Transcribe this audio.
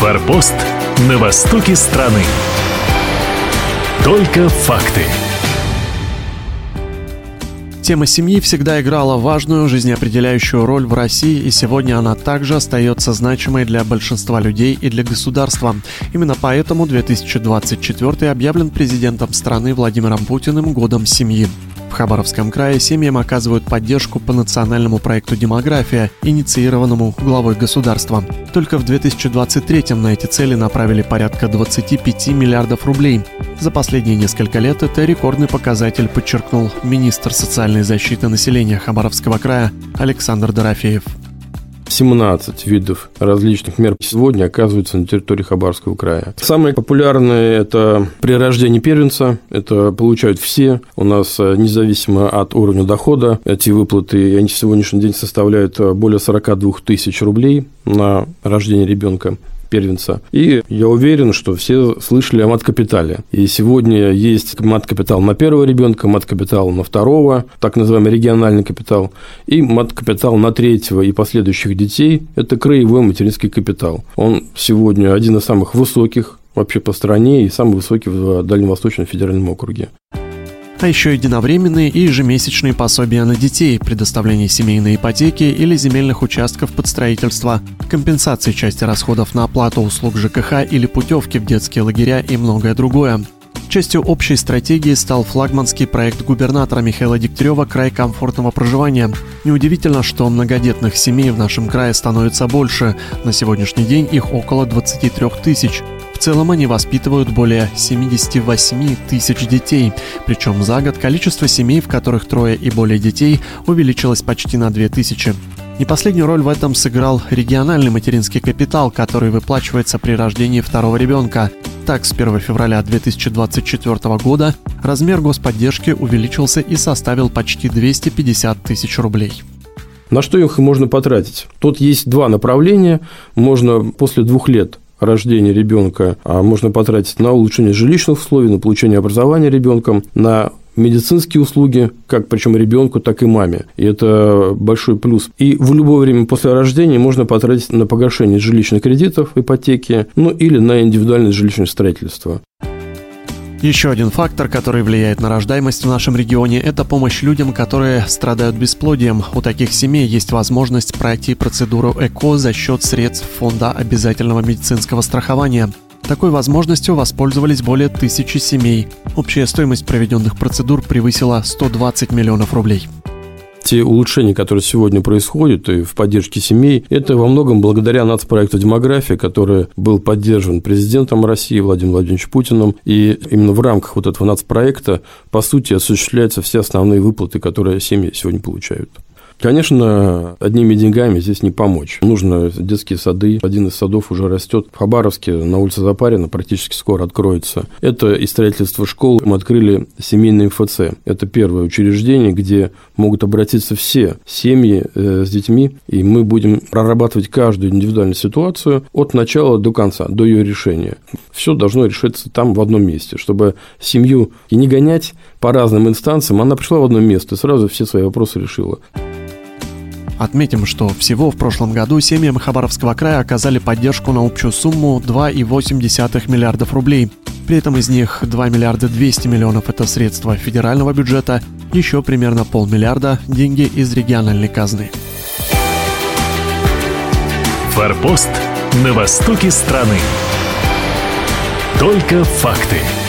Форпост на востоке страны. Только факты. Тема семьи всегда играла важную, жизнеопределяющую роль в России, и сегодня она также остается значимой для большинства людей и для государства. Именно поэтому 2024 объявлен президентом страны Владимиром Путиным годом семьи. В Хабаровском крае семьям оказывают поддержку по национальному проекту «Демография», инициированному главой государства. Только в 2023-м на эти цели направили порядка 25 миллиардов рублей. За последние несколько лет это рекордный показатель, подчеркнул министр социальной защиты населения Хабаровского края Александр Дорофеев. 17 видов различных мер сегодня оказываются на территории Хабаровского края. Самые популярные – это при рождении первенца, это получают все. У нас независимо от уровня дохода эти выплаты, они в сегодняшний день составляют более 42 тысяч рублей на рождение ребенка. Первенца. И я уверен, что все слышали о мат-капитале. И сегодня есть мат-капитал на первого ребенка, мат-капитал на второго, так называемый региональный капитал, и мат-капитал на третьего и последующих детей. Это краевой материнский капитал. Он сегодня один из самых высоких вообще по стране и самый высокий в Дальневосточном федеральном округе. А еще единовременные и ежемесячные пособия на детей, предоставление семейной ипотеки или земельных участков под строительство, компенсации части расходов на оплату услуг ЖКХ или путевки в детские лагеря и многое другое. Частью общей стратегии стал флагманский проект губернатора Михаила Дегтярева «Край комфортного проживания». Неудивительно, что многодетных семей в нашем крае становится больше. На сегодняшний день их около 23 тысяч. В целом они воспитывают более 78 тысяч детей. Причем за год количество семей, в которых трое и более детей, увеличилось почти на 2000. Не последнюю роль в этом сыграл региональный материнский капитал, который выплачивается при рождении второго ребенка. Так, с 1 февраля 2024 года размер господдержки увеличился и составил почти 250 тысяч рублей. На что их можно потратить? Тут есть два направления. Можно после 2 лет рождения ребенка можно потратить на улучшение жилищных условий, на получение образования ребенком, на медицинские услуги, как причем ребенку, так и маме. И это большой плюс. И в любое время после рождения можно потратить на погашение жилищных кредитов, ипотеки, или на индивидуальное жилищное строительство. Еще один фактор, который влияет на рождаемость в нашем регионе, это помощь людям, которые страдают бесплодием. У таких семей есть возможность пройти процедуру ЭКО за счет средств Фонда обязательного медицинского страхования. Такой возможностью воспользовались более 1000 семей. Общая стоимость проведенных процедур превысила 120 миллионов рублей. Те улучшения, которые сегодня происходят и в поддержке семей, это во многом благодаря нацпроекту «Демография», который был поддержан президентом России Владимиром Владимировичем Путиным. И именно в рамках вот этого нацпроекта, по сути, осуществляются все основные выплаты, которые семьи сегодня получают. Конечно, одними деньгами здесь не помочь. Нужно детские сады. Один из садов уже растет в Хабаровске, на улице Запарина, практически скоро откроется. Это и строительство школ. Мы открыли семейный МФЦ. Это первое учреждение, где могут обратиться все семьи с детьми, и мы будем прорабатывать каждую индивидуальную ситуацию от начала до конца, до ее решения. Все должно решиться там в одном месте, чтобы семью и не гонять по разным инстанциям. Она пришла в одно место и сразу все свои вопросы решила. Отметим, что всего в прошлом году семьям Хабаровского края оказали поддержку на общую сумму 2,8 миллиардов рублей. При этом из них 2 миллиарда 200 миллионов – это средства федерального бюджета, еще примерно 500 миллиона – деньги из региональной казны. Форпост на востоке страны. Только факты.